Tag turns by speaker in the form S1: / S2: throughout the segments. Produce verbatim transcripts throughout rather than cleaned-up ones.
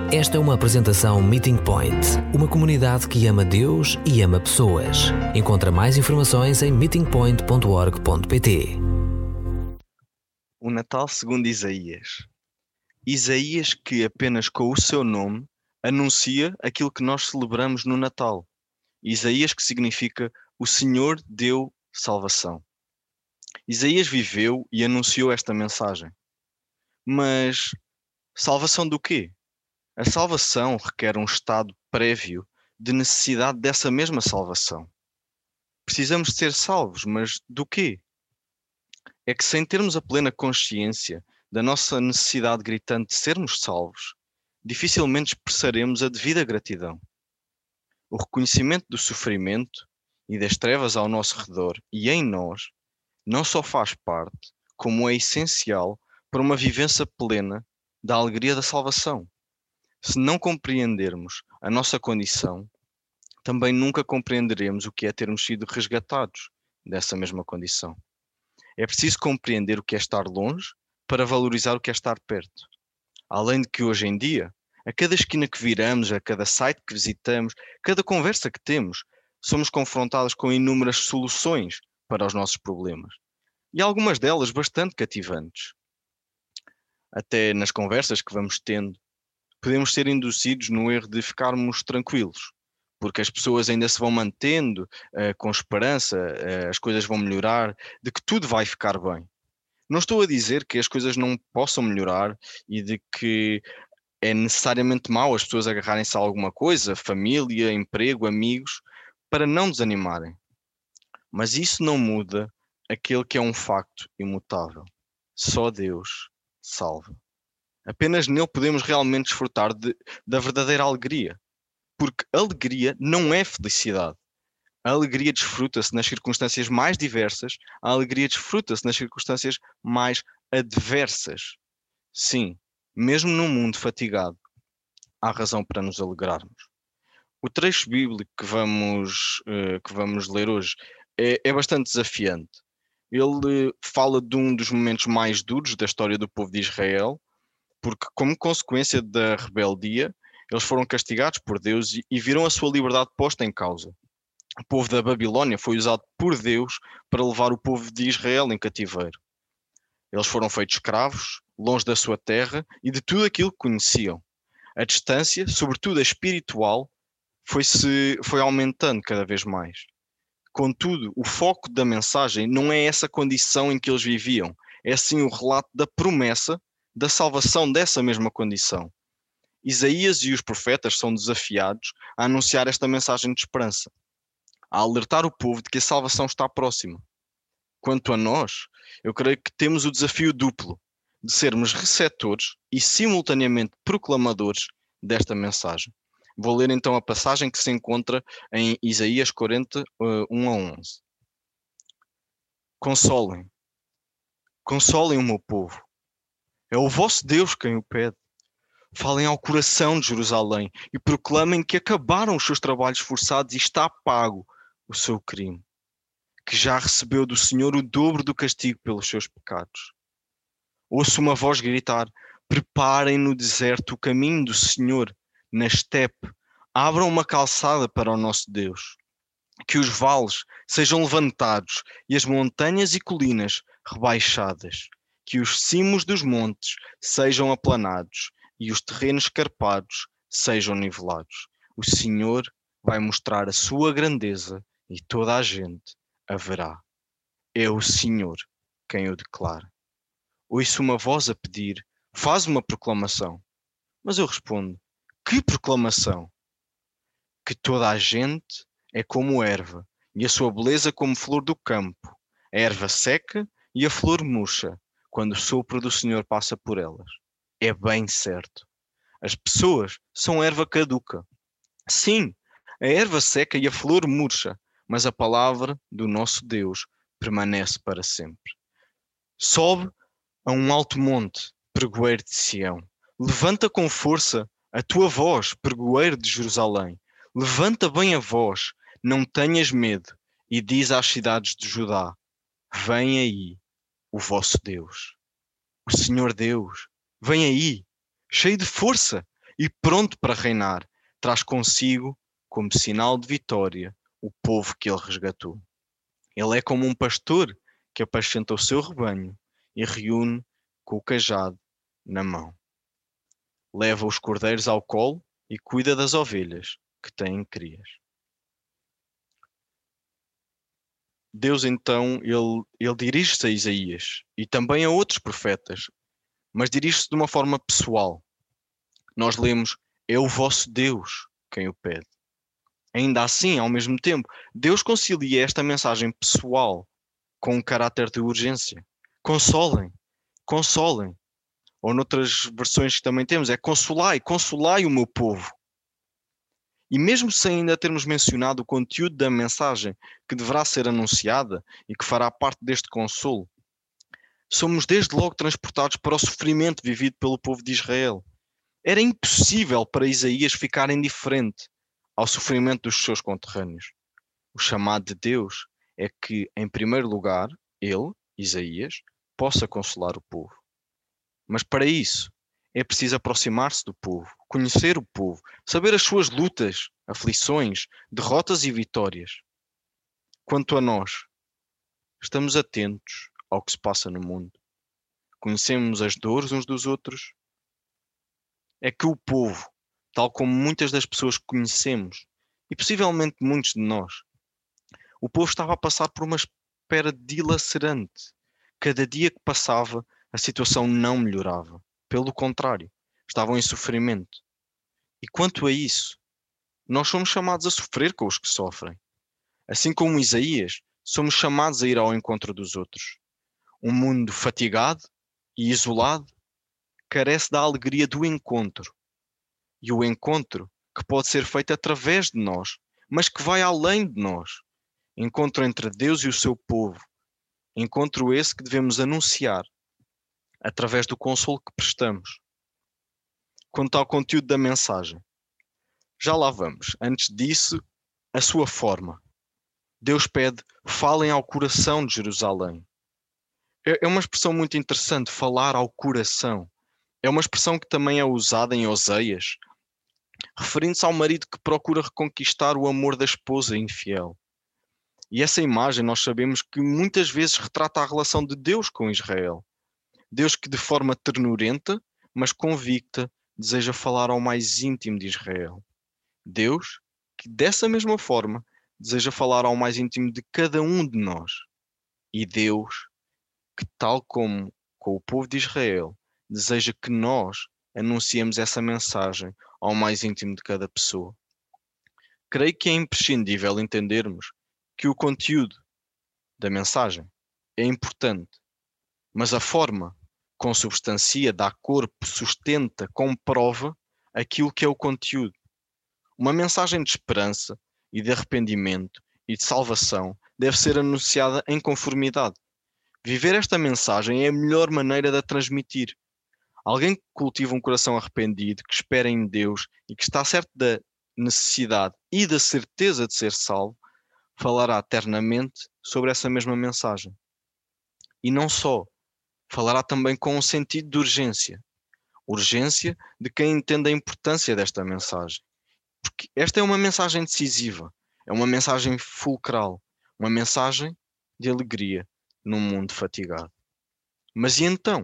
S1: Esta é uma apresentação Meeting Point, uma comunidade que ama Deus e ama pessoas. Encontra mais informações em meeting point ponto org ponto pt.
S2: O Natal segundo Isaías. Isaías que apenas com o seu nome anuncia aquilo que nós celebramos no Natal. Isaías que significa o Senhor deu salvação. Isaías viveu e anunciou esta mensagem. Mas salvação do quê? A salvação requer um estado prévio de necessidade dessa mesma salvação. Precisamos de ser salvos, mas do quê? É que sem termos a plena consciência da nossa necessidade gritante de sermos salvos, dificilmente expressaremos a devida gratidão. O reconhecimento do sofrimento e das trevas ao nosso redor e em nós não só faz parte, como é essencial para uma vivência plena da alegria da salvação. Se não compreendermos a nossa condição, também nunca compreenderemos o que é termos sido resgatados dessa mesma condição. É preciso compreender o que é estar longe para valorizar o que é estar perto. Além de que hoje em dia, a cada esquina que viramos, a cada site que visitamos, cada conversa que temos, somos confrontados com inúmeras soluções para os nossos problemas. E algumas delas bastante cativantes. Até nas conversas que vamos tendo, podemos ser induzidos no erro de ficarmos tranquilos, porque as pessoas ainda se vão mantendo uh, com esperança, uh, as coisas vão melhorar, de que tudo vai ficar bem. Não estou a dizer que as coisas não possam melhorar e de que é necessariamente mau as pessoas agarrarem-se a alguma coisa, família, emprego, amigos, para não desanimarem. Mas isso não muda aquele que é um facto imutável. Só Deus salva. Apenas nele podemos realmente desfrutar de, da verdadeira alegria. Porque alegria não é felicidade. A alegria desfruta-se nas circunstâncias mais diversas, a alegria desfruta-se nas circunstâncias mais adversas. Sim, mesmo num mundo fatigado, há razão para nos alegrarmos. O trecho bíblico que vamos, uh, que vamos ler hoje é, é bastante desafiante. Ele uh, fala de um dos momentos mais duros da história do povo de Israel, porque como consequência da rebeldia, eles foram castigados por Deus e, e viram a sua liberdade posta em causa. O povo da Babilónia foi usado por Deus para levar o povo de Israel em cativeiro. Eles foram feitos escravos, longe da sua terra e de tudo aquilo que conheciam. A distância, sobretudo a espiritual, foi-se, foi aumentando cada vez mais. Contudo, o foco da mensagem não é essa condição em que eles viviam, é sim o relato da promessa da salvação dessa mesma condição. Isaías e os profetas são desafiados a anunciar esta mensagem de esperança, a alertar o povo de que a salvação está próxima. Quanto a nós, eu creio que temos o desafio duplo de sermos receptores e simultaneamente proclamadores desta mensagem. Vou ler então a passagem que se encontra em Isaías quarenta, um a onze. Consolem, consolem o meu povo. É o vosso Deus quem o pede. Falem ao coração de Jerusalém e proclamem que acabaram os seus trabalhos forçados e está pago o seu crime, que já recebeu do Senhor o dobro do castigo pelos seus pecados. Ouço uma voz gritar: preparem no deserto o caminho do Senhor, na estepe, abram uma calçada para o nosso Deus. Que os vales sejam levantados e as montanhas e colinas rebaixadas, que os cimos dos montes sejam aplanados e os terrenos escarpados sejam nivelados. O Senhor vai mostrar a sua grandeza e toda a gente a verá. É o Senhor quem o declara. Ouço uma voz a pedir: faz uma proclamação. Mas eu respondo: que proclamação? Que toda a gente é como erva e a sua beleza como flor do campo. A erva seca e a flor murcha quando o sopro do Senhor passa por elas. É bem certo. As pessoas são erva caduca. Sim, a erva seca e a flor murcha, mas a palavra do nosso Deus permanece para sempre. Sobe a um alto monte, pregoeiro de Sião. Levanta com força a tua voz, pregoeiro de Jerusalém. Levanta bem a voz, não tenhas medo, e diz às cidades de Judá: vem aí o vosso Deus. O Senhor Deus, vem aí, cheio de força e pronto para reinar, traz consigo, como sinal de vitória, o povo que ele resgatou. Ele é como um pastor que apascenta o seu rebanho e reúne com o cajado na mão. Leva os cordeiros ao colo e cuida das ovelhas que têm crias. Deus então, ele, ele dirige-se a Isaías e também a outros profetas, mas dirige-se de uma forma pessoal. Nós lemos, é o vosso Deus quem o pede. Ainda assim, ao mesmo tempo, Deus concilia esta mensagem pessoal com um caráter de urgência. Consolem, consolem. Ou noutras versões que também temos, é consolai, consolai o meu povo. E mesmo sem ainda termos mencionado o conteúdo da mensagem que deverá ser anunciada e que fará parte deste consolo, somos desde logo transportados para o sofrimento vivido pelo povo de Israel. Era impossível para Isaías ficar indiferente ao sofrimento dos seus conterrâneos. O chamado de Deus é que, em primeiro lugar, ele, Isaías, possa consolar o povo. Mas para isso, é preciso aproximar-se do povo, conhecer o povo, saber as suas lutas, aflições, derrotas e vitórias. Quanto a nós, estamos atentos ao que se passa no mundo. Conhecemos as dores uns dos outros. É que o povo, tal como muitas das pessoas que conhecemos, e possivelmente muitos de nós, o povo estava a passar por uma espera dilacerante. Cada dia que passava, a situação não melhorava. Pelo contrário, estavam em sofrimento. E quanto a isso, nós somos chamados a sofrer com os que sofrem. Assim como Isaías, somos chamados a ir ao encontro dos outros. Um mundo fatigado e isolado carece da alegria do encontro. E o encontro que pode ser feito através de nós, mas que vai além de nós. Encontro entre Deus e o seu povo. Encontro esse que devemos anunciar através do consolo que prestamos. Quanto ao conteúdo da mensagem, já lá vamos. Antes disso, a sua forma. Deus pede, falem ao coração de Jerusalém. É uma expressão muito interessante, falar ao coração. É uma expressão que também é usada em Oseias, referindo-se ao marido que procura reconquistar o amor da esposa infiel. E essa imagem nós sabemos que muitas vezes retrata a relação de Deus com Israel. Deus que de forma ternurenta, mas convicta, deseja falar ao mais íntimo de Israel. Deus que dessa mesma forma deseja falar ao mais íntimo de cada um de nós. E Deus que, tal como com o povo de Israel, deseja que nós anunciemos essa mensagem ao mais íntimo de cada pessoa. Creio que é imprescindível entendermos que o conteúdo da mensagem é importante, mas a forma consubstancia, dá corpo, sustenta, comprova aquilo que é o conteúdo. Uma mensagem de esperança e de arrependimento e de salvação deve ser anunciada em conformidade. Viver esta mensagem é a melhor maneira de a transmitir. Alguém que cultiva um coração arrependido, que espera em Deus e que está certo da necessidade e da certeza de ser salvo, falará eternamente sobre essa mesma mensagem. E não só, falará também com um sentido de urgência. Urgência de quem entende a importância desta mensagem. Porque esta é uma mensagem decisiva, é uma mensagem fulcral, uma mensagem de alegria num mundo fatigado. Mas e então?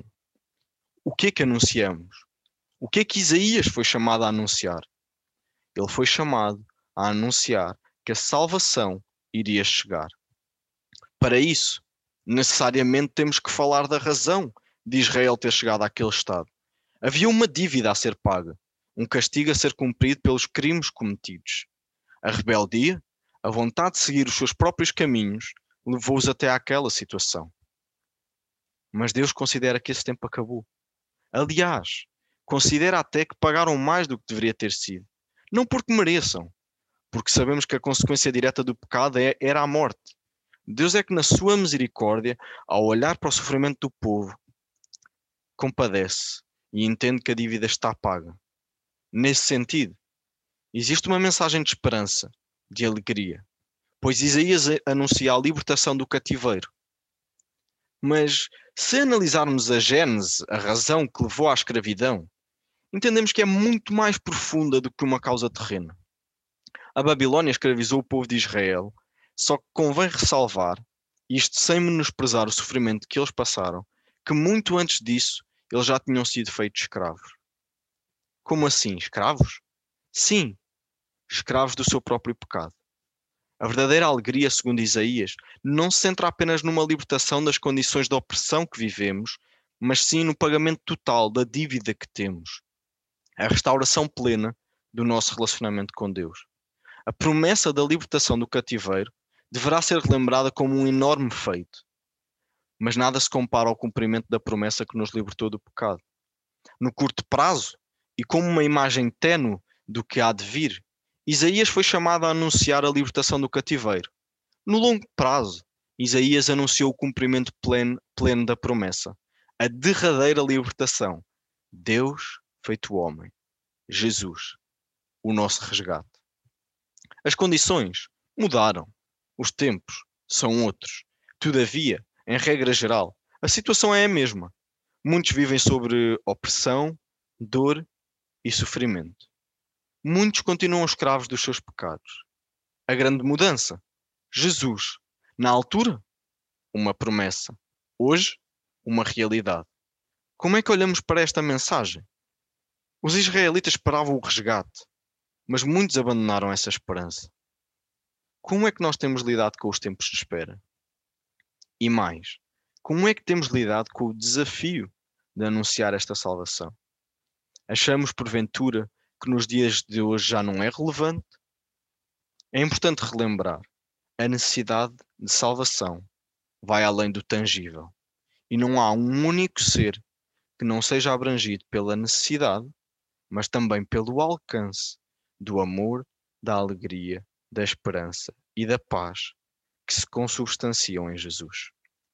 S2: O que é que anunciamos? O que é que Isaías foi chamado a anunciar? Ele foi chamado a anunciar que a salvação iria chegar. Para isso, necessariamente temos que falar da razão de Israel ter chegado àquele estado. Havia uma dívida a ser paga, um castigo a ser cumprido pelos crimes cometidos. A rebeldia, a vontade de seguir os seus próprios caminhos, levou-os até àquela situação. Mas Deus considera que esse tempo acabou. Aliás, considera até que pagaram mais do que deveria ter sido. Não porque mereçam, porque sabemos que a consequência direta do pecado é, era a morte. Deus é que na sua misericórdia, ao olhar para o sofrimento do povo, compadece e entende que a dívida está paga. Nesse sentido, existe uma mensagem de esperança, de alegria, pois Isaías anuncia a libertação do cativeiro. Mas se analisarmos a gênese, a razão que levou à escravidão, entendemos que é muito mais profunda do que uma causa terrena. A Babilónia escravizou o povo de Israel, só que convém ressalvar, isto sem menosprezar o sofrimento que eles passaram, que muito antes disso eles já tinham sido feitos escravos. Como assim, escravos? Sim, escravos do seu próprio pecado. A verdadeira alegria, segundo Isaías, não se centra apenas numa libertação das condições de opressão que vivemos, mas sim no pagamento total da dívida que temos. A restauração plena do nosso relacionamento com Deus. A promessa da libertação do cativeiro deverá ser relembrada como um enorme feito, mas nada se compara ao cumprimento da promessa que nos libertou do pecado. No curto prazo, e como uma imagem ténue do que há de vir, Isaías foi chamado a anunciar a libertação do cativeiro. No longo prazo, Isaías anunciou o cumprimento pleno, pleno da promessa, a derradeira libertação. Deus feito homem, Jesus, o nosso resgate. As condições mudaram, os tempos são outros. Todavia, em regra geral, a situação é a mesma. Muitos vivem sobre opressão, dor e sofrimento. Muitos continuam escravos dos seus pecados. A grande mudança, Jesus, na altura, uma promessa, hoje, uma realidade. Como é que olhamos para esta mensagem? Os israelitas esperavam o resgate, mas muitos abandonaram essa esperança. Como é que nós temos lidado com os tempos de espera? E mais, como é que temos lidado com o desafio de anunciar esta salvação? Achamos, porventura, que nos dias de hoje já não é relevante? É importante relembrar, a necessidade de salvação vai além do tangível. E não há um único ser que não seja abrangido pela necessidade, mas também pelo alcance do amor, da alegria, da esperança e da paz que se consubstanciam em Jesus.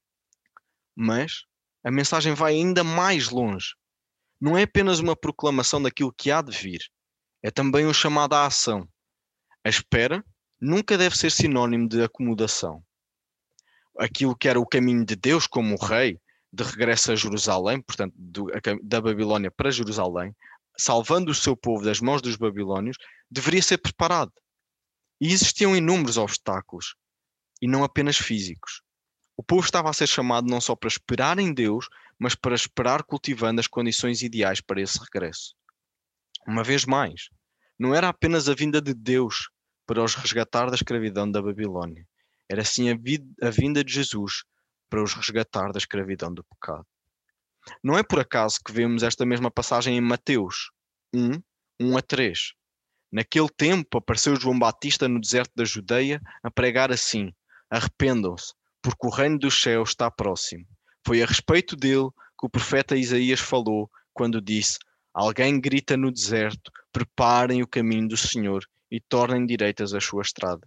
S2: Mas a mensagem vai ainda mais longe. Não é apenas uma proclamação daquilo que há de vir, é também um chamado à ação. A espera nunca deve ser sinónimo de acomodação. Aquilo que era o caminho de Deus como rei, de regresso a Jerusalém, portanto, do, a, da Babilónia para Jerusalém, salvando o seu povo das mãos dos babilónios, deveria ser preparado. E existiam inúmeros obstáculos, e não apenas físicos. O povo estava a ser chamado não só para esperar em Deus, mas para esperar cultivando as condições ideais para esse regresso. Uma vez mais, não era apenas a vinda de Deus para os resgatar da escravidão da Babilónia. Era sim a, a vinda de Jesus para os resgatar da escravidão do pecado. Não é por acaso que vemos esta mesma passagem em Mateus um, um a três. Naquele tempo apareceu João Batista no deserto da Judeia a pregar assim: arrependam-se, porque o reino dos céus está próximo. Foi a respeito dele que o profeta Isaías falou quando disse: alguém grita no deserto, preparem o caminho do Senhor e tornem direitas as suas estradas.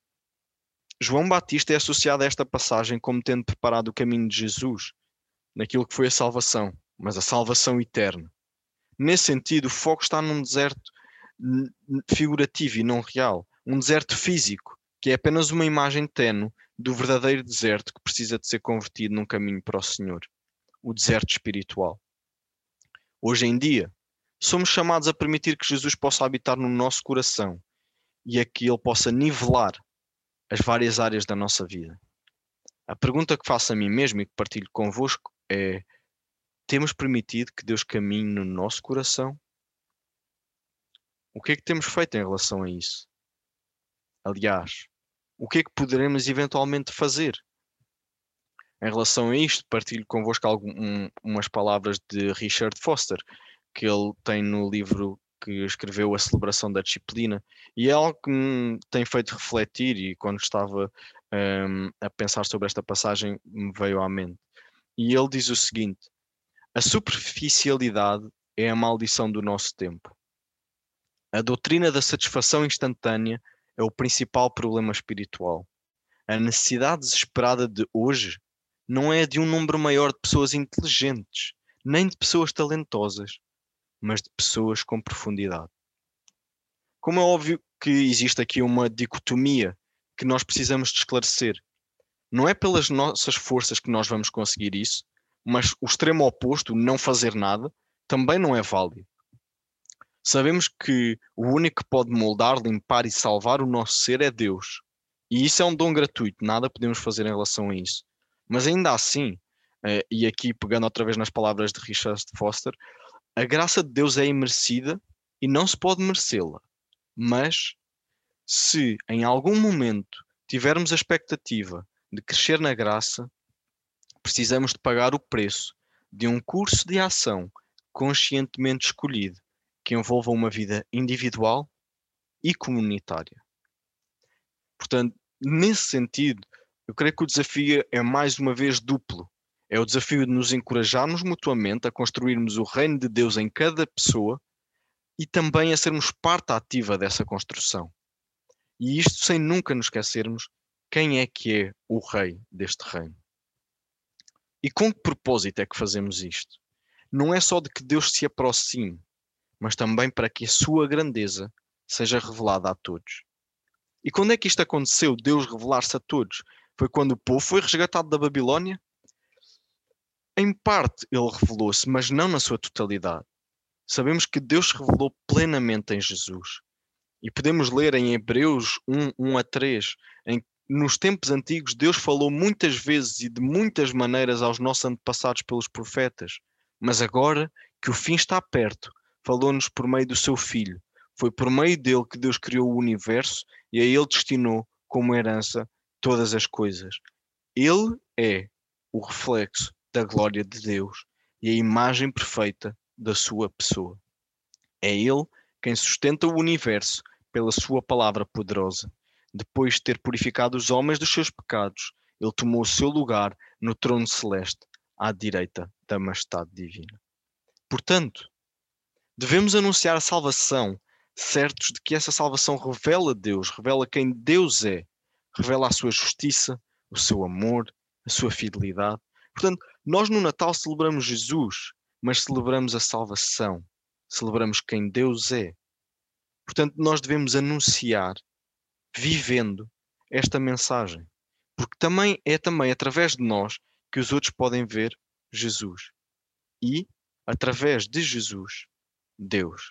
S2: João Batista é associado a esta passagem como tendo preparado o caminho de Jesus, naquilo que foi a salvação, mas a salvação eterna. Nesse sentido, o foco está num deserto figurativo e não real, um deserto físico, que é apenas uma imagem ténue do verdadeiro deserto que precisa de ser convertido num caminho para o Senhor, o deserto espiritual. Hoje em dia, somos chamados a permitir que Jesus possa habitar no nosso coração e a que Ele possa nivelar as várias áreas da nossa vida. A pergunta que faço a mim mesmo e que partilho convosco é: temos permitido que Deus caminhe no nosso coração? O que é que temos feito em relação a isso? Aliás, o que é que poderemos eventualmente fazer? Em relação a isto, partilho convosco algum, um, umas palavras de Richard Foster, que ele tem no livro que escreveu A Celebração da Disciplina, e é algo que me tem feito refletir, e quando estava um, a pensar sobre esta passagem me veio à mente. E ele diz o seguinte: a superficialidade é a maldição do nosso tempo. A doutrina da satisfação instantânea é o principal problema espiritual. A necessidade desesperada de hoje não é de um número maior de pessoas inteligentes, nem de pessoas talentosas, mas de pessoas com profundidade. Como é óbvio que existe aqui uma dicotomia que nós precisamos de esclarecer. Não é pelas nossas forças que nós vamos conseguir isso, mas o extremo oposto, não fazer nada, também não é válido. Sabemos que o único que pode moldar, limpar e salvar o nosso ser é Deus. E isso é um dom gratuito, nada podemos fazer em relação a isso. Mas ainda assim, eh, e aqui pegando outra vez nas palavras de Richard Foster, a graça de Deus é imerecida e não se pode merecê-la. Mas se em algum momento tivermos a expectativa de crescer na graça, precisamos de pagar o preço de um curso de ação conscientemente escolhido, que envolva uma vida individual e comunitária. Portanto, nesse sentido, eu creio que o desafio é mais uma vez duplo. É o desafio de nos encorajarmos mutuamente a construirmos o reino de Deus em cada pessoa e também a sermos parte ativa dessa construção. E isto sem nunca nos esquecermos quem é que é o rei deste reino. E com que propósito é que fazemos isto? Não é só de que Deus se aproxime, mas também para que a sua grandeza seja revelada a todos. E quando é que isto aconteceu, Deus revelar-se a todos? Foi quando o povo foi resgatado da Babilónia? Em parte ele revelou-se, mas não na sua totalidade. Sabemos que Deus se revelou plenamente em Jesus. E podemos ler em Hebreus um, um a três, em que nos tempos antigos Deus falou muitas vezes e de muitas maneiras aos nossos antepassados pelos profetas. Mas agora que o fim está perto, falou-nos por meio do seu Filho. Foi por meio dele que Deus criou o universo e a ele destinou como herança todas as coisas. Ele é o reflexo da glória de Deus e a imagem perfeita da sua pessoa. É ele quem sustenta o universo pela sua palavra poderosa. Depois de ter purificado os homens dos seus pecados, ele tomou o seu lugar no trono celeste, à direita da majestade divina. Portanto, devemos anunciar a salvação, certos de que essa salvação revela Deus, revela quem Deus é, revela a sua justiça, o seu amor, a sua fidelidade. Portanto, nós no Natal celebramos Jesus, mas celebramos a salvação, celebramos quem Deus é. Portanto, nós devemos anunciar, vivendo esta mensagem, porque também é também através de nós que os outros podem ver Jesus e, através de Jesus, Deus.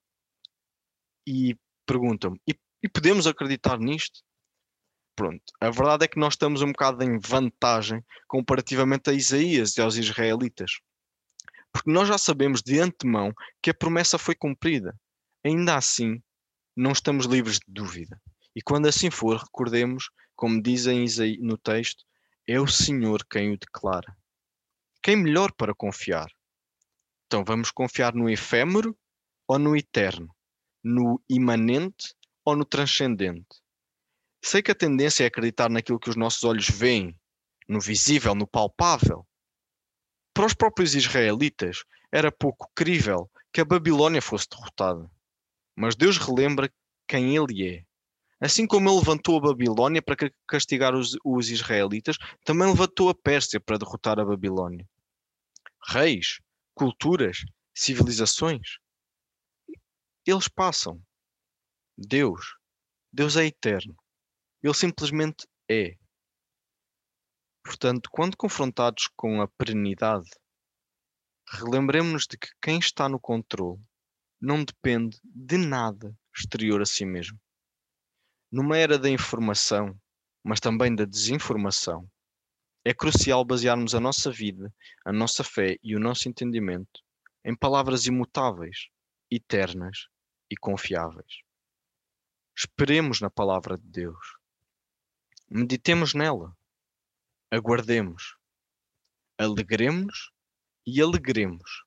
S2: E perguntam-me, e, e podemos acreditar nisto? Pronto, a verdade é que nós estamos um bocado em vantagem comparativamente a Isaías e aos israelitas, porque nós já sabemos de antemão que a promessa foi cumprida. Ainda assim, não estamos livres de dúvida. E quando assim for, recordemos, como dizem no texto, é o Senhor quem o declara. Quem melhor para confiar? Então vamos confiar no efêmero ou no eterno? No imanente ou no transcendente? Sei que a tendência é acreditar naquilo que os nossos olhos veem, no visível, no palpável. Para os próprios israelitas, era pouco crível que a Babilónia fosse derrotada. Mas Deus relembra quem Ele é. Assim como Ele levantou a Babilónia para castigar os, os israelitas, também levantou a Pérsia para derrotar a Babilónia. Reis, culturas, civilizações, eles passam. Deus, Deus é eterno. Ele simplesmente é. Portanto, quando confrontados com a perenidade, relembremos-nos de que quem está no controle não depende de nada exterior a si mesmo. Numa era da informação, mas também da desinformação, é crucial basearmos a nossa vida, a nossa fé e o nosso entendimento em palavras imutáveis, eternas e confiáveis. Esperemos na palavra de Deus. Meditemos nela. Aguardemos. Alegremos-nos e alegremos.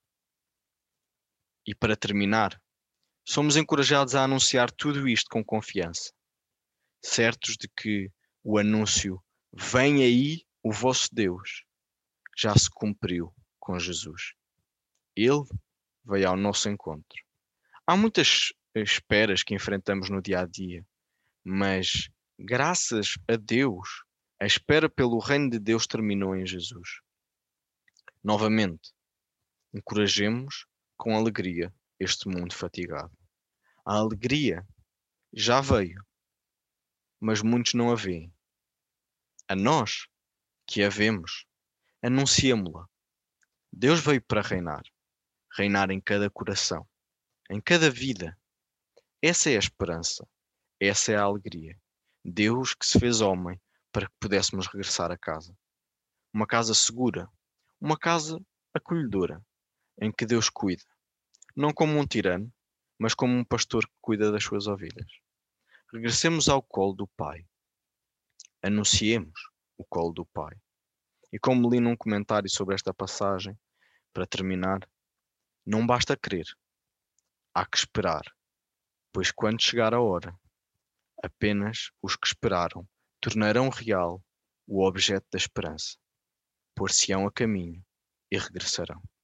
S2: E para terminar, somos encorajados a anunciar tudo isto com confiança, certos de que o anúncio "Vem aí o vosso Deus" já se cumpriu com Jesus. Ele veio ao nosso encontro. Há muitas esperas que enfrentamos no dia a dia, mas graças a Deus, a espera pelo reino de Deus terminou em Jesus. Novamente, encorajemos com alegria este mundo fatigado. A alegria já veio, mas muitos não a veem. A nós, que a vemos, anunciamo-la. Deus veio para reinar, reinar em cada coração, em cada vida. Essa é a esperança, essa é a alegria. Deus que se fez homem para que pudéssemos regressar a casa. Uma casa segura, uma casa acolhedora, em que Deus cuida, não como um tirano, mas como um pastor que cuida das suas ovelhas. Regressemos ao colo do Pai. Anunciemos o colo do Pai. E como li num comentário sobre esta passagem, para terminar, não basta crer, há que esperar, pois quando chegar a hora, apenas os que esperaram tornarão real o objeto da esperança, por-se-ão a caminho e regressarão.